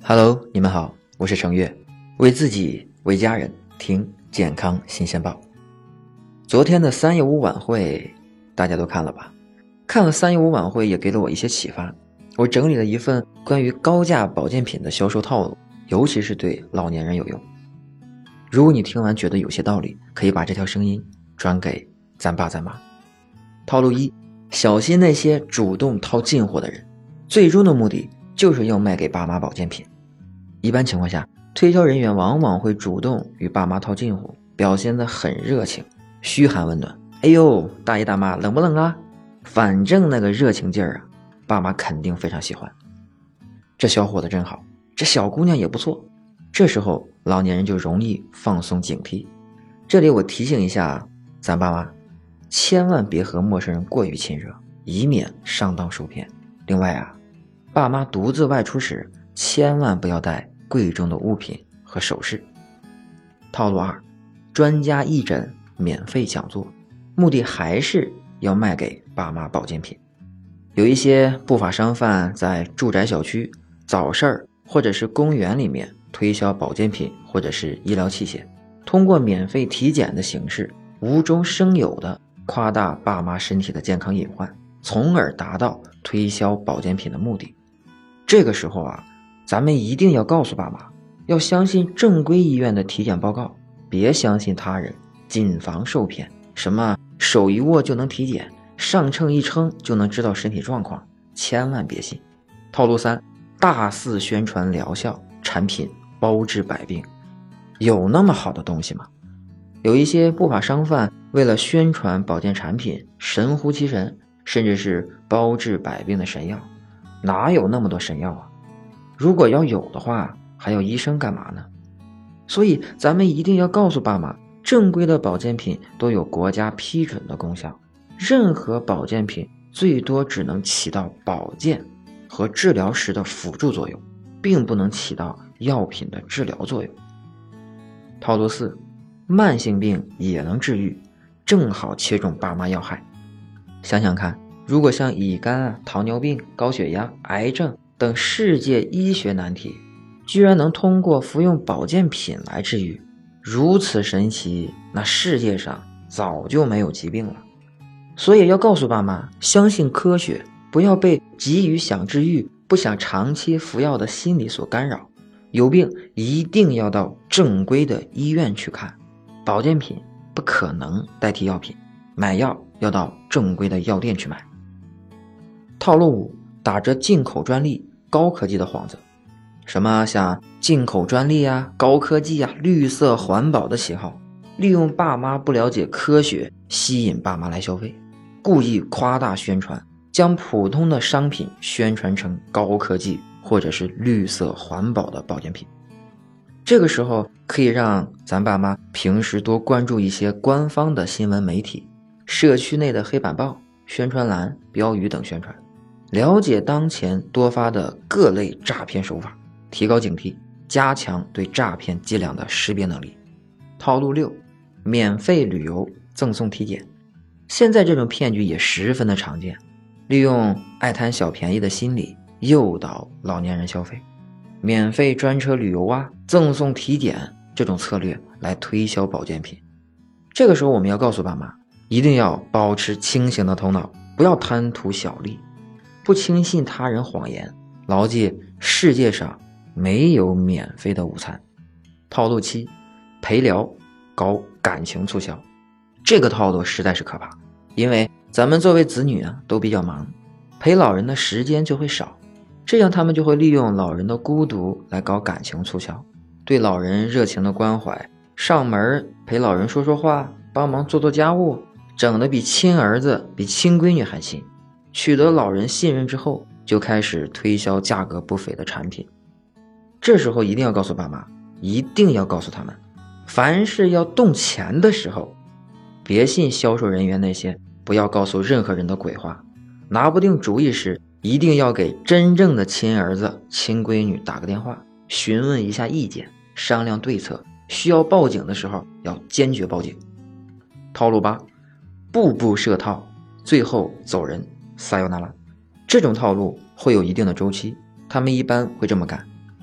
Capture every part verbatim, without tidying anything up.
Hello， 你们好，我是程月，为自己为家人听健康新鲜报。昨天的三幺五晚会大家都看了吧？看了三幺五晚会也给了我一些启发，我整理了一份关于高价保健品的销售套路，尤其是对老年人有用。如果你听完觉得有些道理，可以把这条声音转给咱爸咱妈。套路一，小心那些主动掏近货的人，最终的目的就是要卖给爸妈保健品。一般情况下，推销人员往往会主动与爸妈套近乎，表现得很热情，嘘寒问暖。哎呦，大爷大妈冷不冷啊？反正那个热情劲儿啊，爸妈肯定非常喜欢。这小伙子真好，这小姑娘也不错。这时候老年人就容易放松警惕。这里我提醒一下咱爸妈，千万别和陌生人过于亲热，以免上当受骗。另外啊，爸妈独自外出时，千万不要带贵重的物品和首饰。套路二，专家义诊免费讲座，目的还是要卖给爸妈保健品。有一些不法商贩在住宅小区、早市或者是公园里面推销保健品或者是医疗器械，通过免费体检的形式，无中生有的夸大爸妈身体的健康隐患，从而达到推销保健品的目的。这个时候啊，咱们一定要告诉爸妈，要相信正规医院的体检报告，别相信他人，谨防受骗。什么手一握就能体检，上秤一称就能知道身体状况，千万别信。套路三，大肆宣传疗效，产品包治百病，有那么好的东西吗？有一些不法商贩为了宣传保健产品，神乎其神，甚至是包治百病的神药，哪有那么多神药啊？如果要有的话，还要医生干嘛呢？所以咱们一定要告诉爸妈，正规的保健品都有国家批准的功效，任何保健品最多只能起到保健和治疗时的辅助作用，并不能起到药品的治疗作用。套路四，慢性病也能治愈，正好切中爸妈要害。想想看，如果像乙肝啊、糖尿病、高血压、癌症等世界医学难题，居然能通过服用保健品来治愈，如此神奇，那世界上早就没有疾病了。所以要告诉爸妈，相信科学，不要被急于想治愈、不想长期服药的心理所干扰。有病一定要到正规的医院去看，保健品不可能代替药品，买药要到正规的药店去买。套路五，打着进口专利、高科技的幌子，什么像进口专利啊、高科技啊、绿色环保的旗号，利用爸妈不了解科学，吸引爸妈来消费，故意夸大宣传，将普通的商品宣传成高科技或者是绿色环保的保健品。这个时候可以让咱爸妈平时多关注一些官方的新闻媒体、社区内的黑板报、宣传栏、标语等宣传，了解当前多发的各类诈骗手法，提高警惕，加强对诈骗伎俩的识别能力。套路六，免费旅游赠送体检。现在这种骗局也十分的常见，利用爱贪小便宜的心理诱导老年人消费，免费专车旅游啊，赠送体检这种策略来推销保健品。这个时候我们要告诉爸妈，一定要保持清醒的头脑，不要贪图小利，不轻信他人谎言，牢记世界上没有免费的午餐。套路七，陪聊搞感情促销。这个套路实在是可怕，因为咱们作为子女啊都比较忙，陪老人的时间就会少，这样他们就会利用老人的孤独来搞感情促销，对老人热情的关怀，上门陪老人说说话，帮忙做做家务，整得比亲儿子比亲闺女还亲。取得老人信任之后，就开始推销价格不菲的产品。这时候一定要告诉爸妈，一定要告诉他们，凡是要动钱的时候，别信销售人员那些不要告诉任何人的鬼话，拿不定主意时，一定要给真正的亲儿子、亲闺女打个电话，询问一下意见，商量对策，需要报警的时候要坚决报警。套路八，步步设套，最后走人，撒由那拉。这种套路会有一定的周期，他们一般会这么干，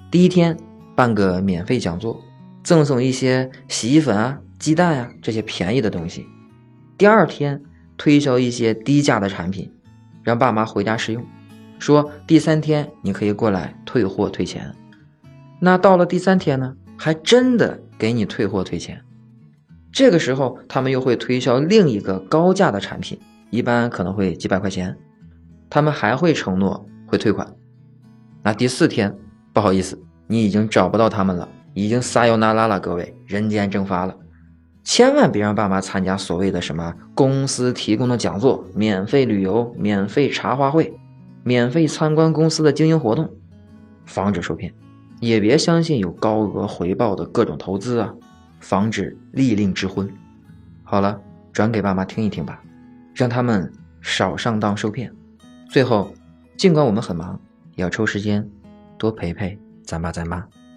第一天办个免费讲座，赠送一些洗衣粉啊、鸡蛋啊这些便宜的东西。第二天推销一些低价的产品，让爸妈回家试用，说第三天你可以过来退货退钱。那到了第三天呢，还真的给你退货退钱。这个时候他们又会推销另一个高价的产品，一般可能会几百块钱，他们还会承诺会退款。那第四天，不好意思，你已经找不到他们了，已经撒由那拉了，各位，人间蒸发了。千万别让爸妈参加所谓的什么公司提供的讲座、免费旅游、免费茶话会、免费参观公司的经营活动，防止受骗。也别相信有高额回报的各种投资啊，防止利令智昏。好了，转给爸妈听一听吧，让他们少上当受骗。最后，尽管我们很忙，也要抽时间多陪陪咱爸咱妈。